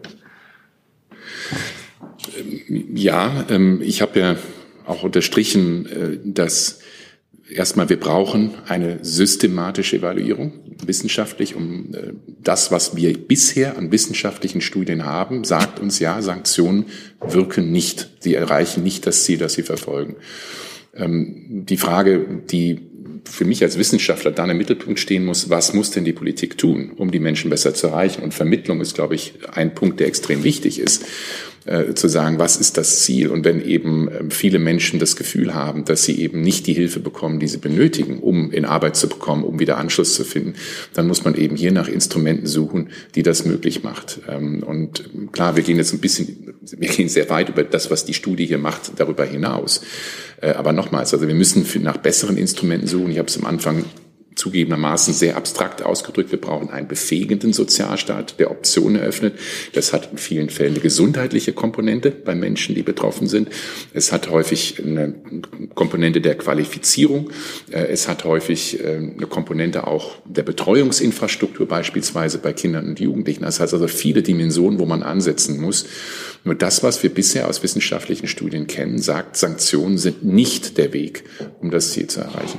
Ja, ähm, ich habe ja auch unterstrichen, äh, dass Erstmal, wir brauchen eine systematische Evaluierung, wissenschaftlich, um äh, das, was wir bisher an wissenschaftlichen Studien haben, sagt uns ja, Sanktionen wirken nicht. Sie erreichen nicht das Ziel, das sie verfolgen. Ähm, die Frage, die für mich als Wissenschaftler dann im Mittelpunkt stehen muss, was muss denn die Politik tun, um die Menschen besser zu erreichen? Und Vermittlung ist, glaube ich, ein Punkt, der extrem wichtig ist, äh, zu sagen, was ist das Ziel? Und wenn eben äh, viele Menschen das Gefühl haben, dass sie eben nicht die Hilfe bekommen, die sie benötigen, um in Arbeit zu bekommen, um wieder Anschluss zu finden, dann muss man eben hier nach Instrumenten suchen, die das möglich macht. Ähm, und klar, wir gehen jetzt ein bisschen, wir gehen sehr weit über das, was die Studie hier macht, darüber hinaus. Aber nochmals, also wir müssen nach besseren Instrumenten suchen. Ich habe es am Anfang zugegebenermaßen sehr abstrakt ausgedrückt. Wir brauchen einen befähigenden Sozialstaat, der Optionen eröffnet. Das hat in vielen Fällen eine gesundheitliche Komponente bei Menschen, die betroffen sind. Es hat häufig eine Komponente der Qualifizierung. Es hat häufig eine Komponente auch der Betreuungsinfrastruktur, beispielsweise bei Kindern und Jugendlichen. Das heißt also viele Dimensionen, wo man ansetzen muss. Nur das, was wir bisher aus wissenschaftlichen Studien kennen, sagt, Sanktionen sind nicht der Weg, um das Ziel zu erreichen.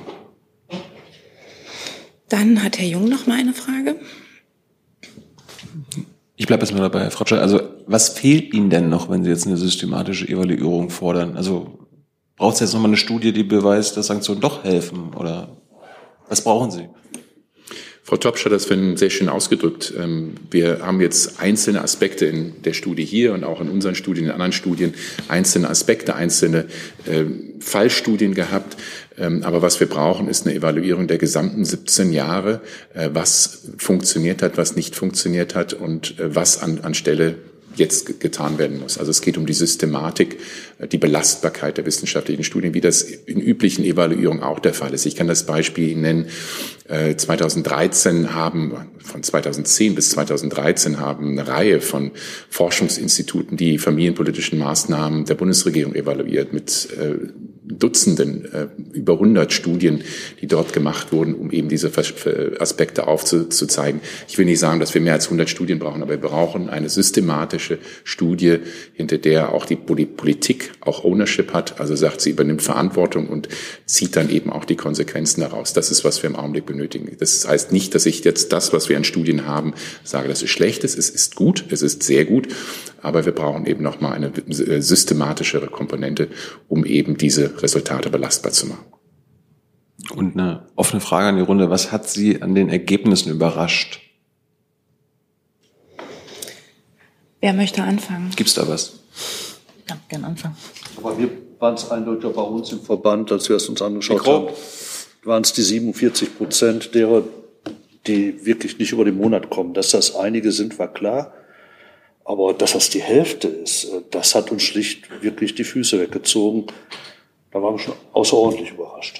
Dann hat Herr Jung noch mal eine Frage. Ich bleibe erstmal dabei, Herr Fratscher. Also was fehlt Ihnen denn noch, wenn Sie jetzt eine systematische Evaluierung fordern? Also braucht es jetzt nochmal eine Studie, die beweist, dass Sanktionen doch helfen? Oder was brauchen Sie? Frau Topsch hat das vorhin sehr schön ausgedrückt. Wir haben jetzt einzelne Aspekte in der Studie hier und auch in unseren Studien, in anderen Studien, einzelne Aspekte, einzelne Fallstudien gehabt. Aber was wir brauchen, ist eine Evaluierung der gesamten siebzehn Jahre, was funktioniert hat, was nicht funktioniert hat und was an, anstelle jetzt getan werden muss. Also es geht um die Systematik, die Belastbarkeit der wissenschaftlichen Studien, wie das in üblichen Evaluierungen auch der Fall ist. Ich kann das Beispiel nennen. zweitausenddreizehn haben, von zweitausendzehn bis zweitausenddreizehn haben eine Reihe von Forschungsinstituten die familienpolitischen Maßnahmen der Bundesregierung evaluiert mit Dutzenden, über hundert Studien, die dort gemacht wurden, um eben diese Aspekte aufzuzeigen. Ich will nicht sagen, dass wir mehr als hundert Studien brauchen, aber wir brauchen eine systematische Studie, hinter der auch die Politik auch Ownership hat, also sagt, sie übernimmt Verantwortung und zieht dann eben auch die Konsequenzen daraus. Das ist, was wir im Augenblick benötigen. Das heißt nicht, dass ich jetzt das, was wir an Studien haben, sage, dass es schlecht ist. Es ist gut, es ist sehr gut, aber wir brauchen eben nochmal eine systematischere Komponente, um eben diese Resultate belastbar zu machen. Und eine offene Frage an die Runde. Was hat Sie an den Ergebnissen überrascht? Wer möchte anfangen? Gibt's da was? Ja, gerne anfangen. Aber wir waren es eindeutig bei uns im Verband, als wir es uns angeschaut haben, waren es die siebenundvierzig Prozent derer, die wirklich nicht über den Monat kommen. Dass das einige sind, war klar. Aber dass das die Hälfte ist, das hat uns schlicht wirklich die Füße weggezogen. Da waren wir schon außerordentlich überrascht.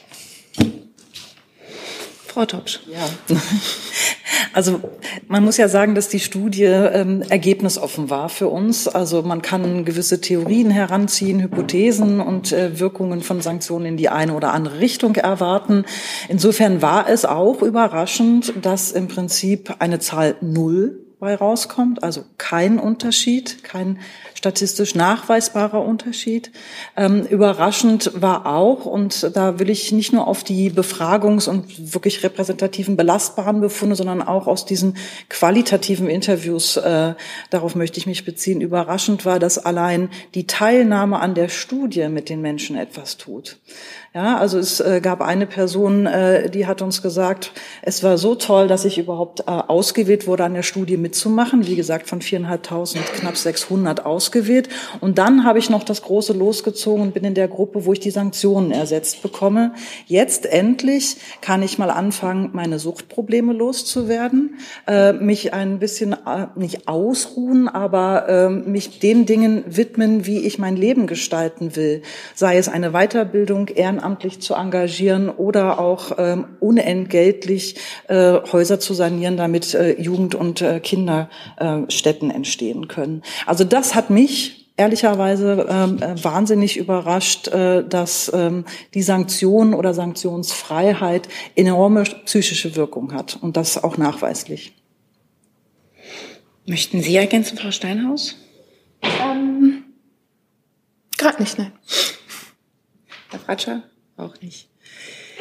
Frau Topsch. Ja. Also man muss ja sagen, dass die Studie ähm, ergebnisoffen war für uns. Also man kann gewisse Theorien heranziehen, Hypothesen und äh, Wirkungen von Sanktionen in die eine oder andere Richtung erwarten. Insofern war es auch überraschend, dass im Prinzip eine Zahl null bei rauskommt, also kein Unterschied, kein statistisch nachweisbarer Unterschied. Ähm, überraschend war auch, und da will ich nicht nur auf die Befragungs- und wirklich repräsentativen belastbaren Befunde, sondern auch aus diesen qualitativen Interviews, äh, darauf möchte ich mich beziehen, überraschend war, dass allein die Teilnahme an der Studie mit den Menschen etwas tut. Ja, also es äh, gab eine Person, äh, die hat uns gesagt, es war so toll, dass ich überhaupt äh, ausgewählt wurde, an der Studie mitzumachen. Wie gesagt, von viereinhalbtausend knapp sechshundert ausgewählt. Und dann habe ich noch das große Los gezogen und bin in der Gruppe, wo ich die Sanktionen ersetzt bekomme. Jetzt endlich kann ich mal anfangen, meine Suchtprobleme loszuwerden, äh, mich ein bisschen äh, nicht ausruhen, aber äh, mich den Dingen widmen, wie ich mein Leben gestalten will. Sei es eine Weiterbildung, Ehrenamt, ehrenamtlich zu engagieren oder auch ähm, unentgeltlich äh, Häuser zu sanieren, damit äh, Jugend- und äh, Kinderstätten äh, entstehen können. Also das hat mich ehrlicherweise ähm, äh, wahnsinnig überrascht, äh, dass ähm, die Sanktion oder Sanktionsfreiheit enorme psychische Wirkung hat und das auch nachweislich. Möchten Sie ergänzen, Frau Steinhaus? Ähm, Gerade nicht, nein. Herr Fratscher? Auch nicht.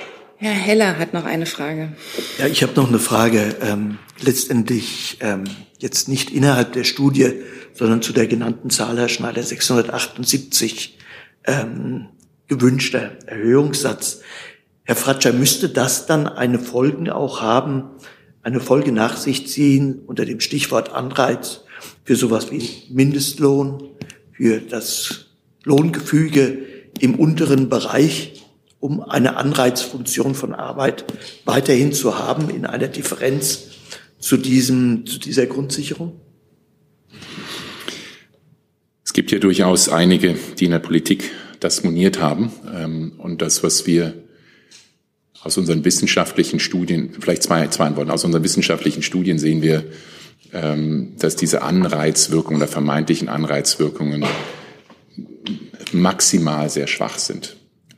Herr Heller hat noch eine Frage. Ja, ich habe noch eine Frage. Ähm, letztendlich ähm, jetzt nicht innerhalb der Studie, sondern zu der genannten Zahl, Herr Schneider, sechshundertachtundsiebzig ähm, gewünschter Erhöhungssatz. Herr Fratscher, müsste das dann eine Folge auch haben, eine Folge nach sich ziehen unter dem Stichwort Anreiz für sowas wie Mindestlohn, für das Lohngefüge im unteren Bereich, um eine Anreizfunktion von Arbeit weiterhin zu haben in einer Differenz zu diesem, zu dieser Grundsicherung? Es gibt ja durchaus einige, die in der Politik das moniert haben. Und das, was wir aus unseren wissenschaftlichen Studien, vielleicht zwei, zwei Antworten, aus unseren wissenschaftlichen Studien sehen wir, dass diese Anreizwirkungen oder vermeintlichen Anreizwirkungen maximal sehr schwach sind.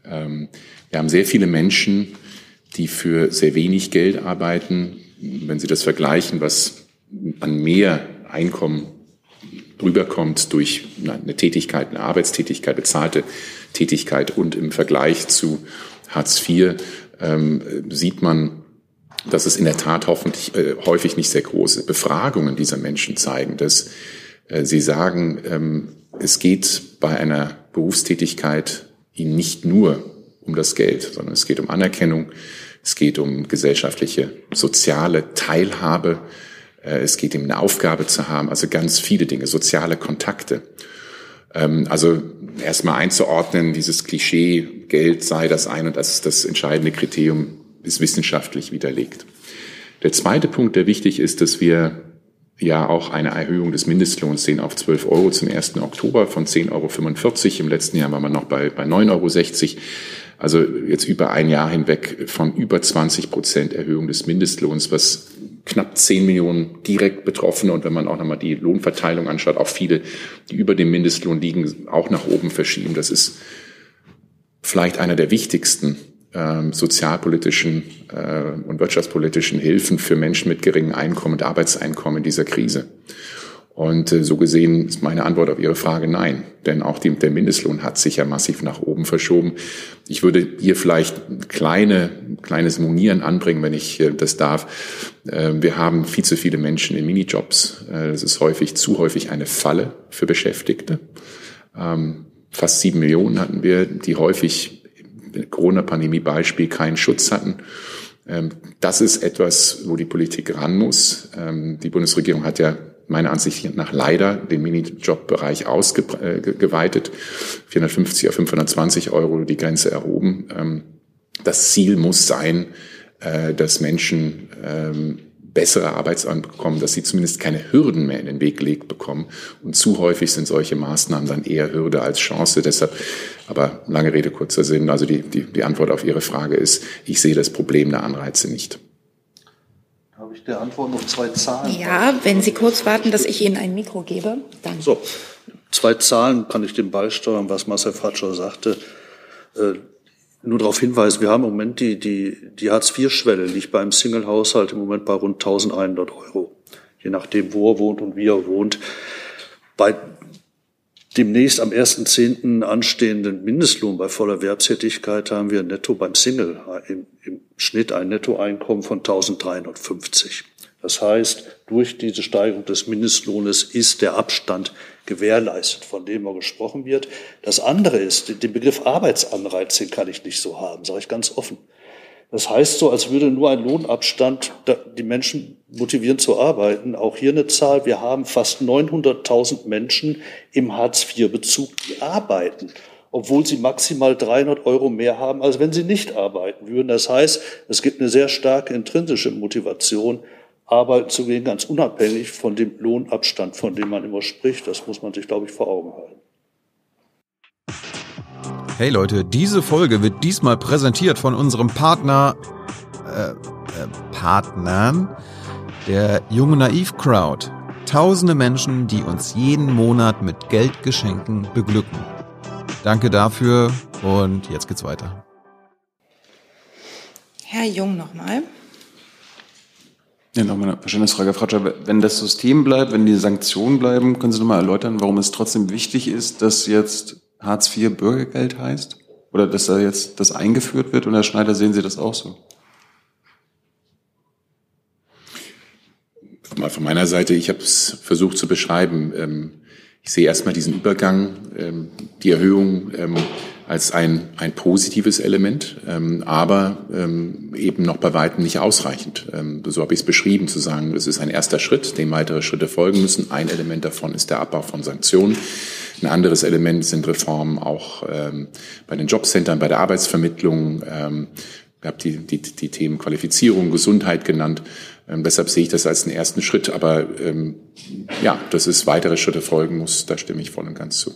Wir haben sehr viele Menschen, die für sehr wenig Geld arbeiten. Wenn Sie das vergleichen, was an mehr Einkommen rüberkommt durch eine Tätigkeit, eine Arbeitstätigkeit, bezahlte Tätigkeit und im Vergleich zu Hartz vier ähm, sieht man, dass es in der Tat hoffentlich, äh, häufig nicht sehr große Befragungen dieser Menschen zeigen, dass äh, sie sagen, ähm, es geht bei einer Berufstätigkeit ihnen nicht nur um das Geld, sondern es geht um Anerkennung, es geht um gesellschaftliche, soziale Teilhabe, äh, es geht um eine Aufgabe zu haben, also ganz viele Dinge, soziale Kontakte. Ähm, also erstmal einzuordnen, dieses Klischee, Geld sei das ein und das ist das entscheidende Kriterium, ist wissenschaftlich widerlegt. Der zweite Punkt, der wichtig ist, dass wir ja auch eine Erhöhung des Mindestlohns sehen auf zwölf Euro zum ersten Oktober von zehn Euro fünfundvierzig. Im letzten Jahr waren wir noch bei, bei neun Euro sechzig. Also jetzt über ein Jahr hinweg von über zwanzig Prozent Erhöhung des Mindestlohns, was knapp zehn Millionen direkt Betroffene und wenn man auch nochmal die Lohnverteilung anschaut, auch viele, die über dem Mindestlohn liegen, auch nach oben verschieben. Das ist vielleicht einer der wichtigsten äh, sozialpolitischen äh, und wirtschaftspolitischen Hilfen für Menschen mit geringem Einkommen und Arbeitseinkommen in dieser Krise. Und äh, so gesehen ist meine Antwort auf Ihre Frage nein, denn auch die, der Mindestlohn hat sich ja massiv nach oben verschoben. Ich würde hier vielleicht ein kleine, kleines Monieren anbringen, wenn ich äh, das darf. Äh, wir haben viel zu viele Menschen in Minijobs. Äh, das ist häufig, zu häufig eine Falle für Beschäftigte. Ähm, fast sieben Millionen hatten wir, die häufig Corona-Pandemie-Beispiel keinen Schutz hatten. Das ist etwas, wo die Politik ran muss. Die Bundesregierung hat ja meiner Ansicht nach leider den Minijob-Bereich ausgeweitet, vierhundertfünfzig auf fünfhundertzwanzig Euro die Grenze erhoben. Das Ziel muss sein, dass Menschen bessere Arbeitsamt bekommen, dass sie zumindest keine Hürden mehr in den Weg gelegt bekommen. Und zu häufig sind solche Maßnahmen dann eher Hürde als Chance. Deshalb, aber lange Rede, kurzer Sinn, also die, die, die Antwort auf Ihre Frage ist, ich sehe das Problem der Anreize nicht. Habe ich der Antwort noch zwei Zahlen? Ja, wenn Sie kurz warten, dass ich Ihnen ein Mikro gebe, dann. So, zwei Zahlen kann ich dem beisteuern, was Marcel Fratscher sagte. Äh, Nur darauf hinweisen, wir haben im Moment die, die, die Hartz vier Schwelle liegt beim Single-Haushalt im Moment bei rund eintausendeinhundert Euro. Je nachdem, wo er wohnt und wie er wohnt. Bei demnächst am ersten zehnten anstehenden Mindestlohn bei voller Erwerbstätigkeit haben wir netto beim Single im, im Schnitt ein Nettoeinkommen von eintausenddreihundertfünfzig. Das heißt, durch diese Steigerung des Mindestlohnes ist der Abstand gewährleistet, von dem er gesprochen wird. Das andere ist, den Begriff Arbeitsanreiz, den kann ich nicht so haben, sage ich ganz offen. Das heißt so, als würde nur ein Lohnabstand die Menschen motivieren zu arbeiten. Auch hier eine Zahl, wir haben fast neunhunderttausend Menschen im Hartz vier Bezug, die arbeiten, obwohl sie maximal dreihundert Euro mehr haben, als wenn sie nicht arbeiten würden. Das heißt, es gibt eine sehr starke intrinsische Motivation, arbeiten zu gehen, ganz unabhängig von dem Lohnabstand, von dem man immer spricht. Das muss man sich, glaube ich, vor Augen halten. Hey Leute, diese Folge wird diesmal präsentiert von unserem Partner, äh, äh, Partnern, der Junge Naiv Crowd. Tausende Menschen, die uns jeden Monat mit Geldgeschenken beglücken. Danke dafür und jetzt geht's weiter. Herr Jung nochmal. Ja, nochmal eine Verständnisfrage, Frau Fratscher. Wenn das System bleibt, wenn die Sanktionen bleiben, können Sie nochmal erläutern, warum es trotzdem wichtig ist, dass jetzt Hartz vier Bürgergeld heißt? Oder dass da jetzt das eingeführt wird? Und Herr Schneider, sehen Sie das auch so? Mal von meiner Seite, ich habe es versucht zu beschreiben. Ich sehe erstmal diesen Übergang, die Erhöhung als ein, ein positives Element, aber eben noch bei weitem nicht ausreichend. So habe ich es beschrieben, zu sagen, es ist ein erster Schritt, dem weitere Schritte folgen müssen. Ein Element davon ist der Abbau von Sanktionen. Ein anderes Element sind Reformen auch bei den Jobcentern, bei der Arbeitsvermittlung. Ich habe die, die, die Themen Qualifizierung, Gesundheit genannt. Ähm, deshalb sehe ich das als einen ersten Schritt. Aber ähm, ja, dass es weitere Schritte folgen muss, da stimme ich voll und ganz zu.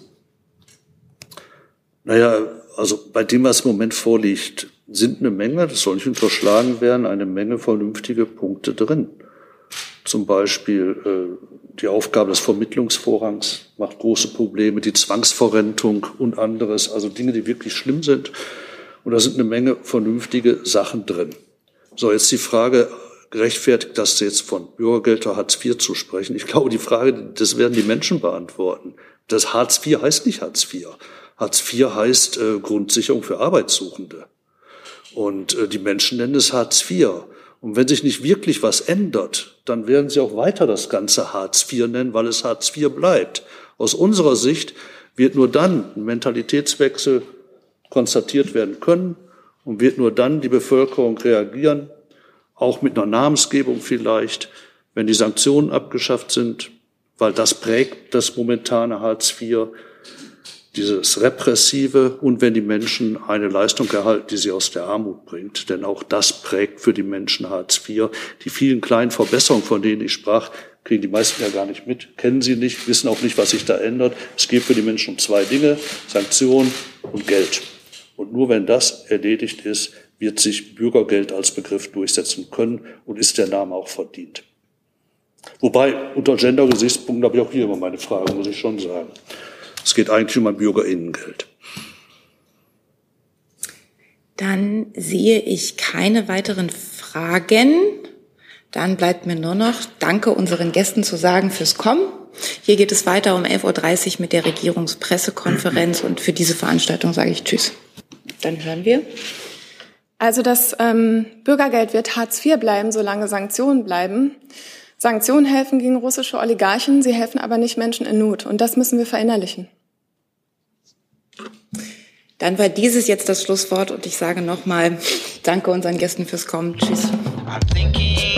Naja, also bei dem, was im Moment vorliegt, sind eine Menge, das soll nicht unterschlagen werden, eine Menge vernünftige Punkte drin. Zum Beispiel äh, die Aufgabe des Vermittlungsvorrangs macht große Probleme, die Zwangsverrentung und anderes, also Dinge, die wirklich schlimm sind. Und da sind eine Menge vernünftige Sachen drin. So, jetzt die Frage, gerechtfertigt das jetzt von Bürgergeld oder Hartz vier zu sprechen? Ich glaube, die Frage, das werden die Menschen beantworten. Das Hartz vier heißt nicht Hartz vier. Hartz vier heißt äh, Grundsicherung für Arbeitssuchende. Und äh, die Menschen nennen es Hartz vier. Und wenn sich nicht wirklich was ändert, dann werden sie auch weiter das Ganze Hartz vier nennen, weil es Hartz vier bleibt. Aus unserer Sicht wird nur dann ein Mentalitätswechsel konstatiert werden können und wird nur dann die Bevölkerung reagieren, auch mit einer Namensgebung vielleicht, wenn die Sanktionen abgeschafft sind, weil das prägt das momentane Hartz vier, dieses Repressive, und wenn die Menschen eine Leistung erhalten, die sie aus der Armut bringt. Denn auch das prägt für die Menschen Hartz vier. Die vielen kleinen Verbesserungen, von denen ich sprach, kriegen die meisten ja gar nicht mit, kennen sie nicht, wissen auch nicht, was sich da ändert. Es geht für die Menschen um zwei Dinge, Sanktionen und Geld. Und nur wenn das erledigt ist, wird sich Bürgergeld als Begriff durchsetzen können und ist der Name auch verdient. Wobei, unter Gender-Gesichtspunkten habe ich auch hier immer meine Frage, muss ich schon sagen. Es geht eigentlich um ein Bürgerinnengeld. Dann sehe ich keine weiteren Fragen. Dann bleibt mir nur noch Danke unseren Gästen zu sagen fürs Kommen. Hier geht es weiter um elf Uhr dreißig mit der Regierungspressekonferenz und für diese Veranstaltung sage ich Tschüss. Dann hören wir. Also das ähm, Bürgergeld wird Hartz vier bleiben, solange Sanktionen bleiben. Sanktionen helfen gegen russische Oligarchen, sie helfen aber nicht Menschen in Not. Und das müssen wir verinnerlichen. Dann war dieses jetzt das Schlusswort und ich sage nochmal Danke unseren Gästen fürs Kommen. Tschüss.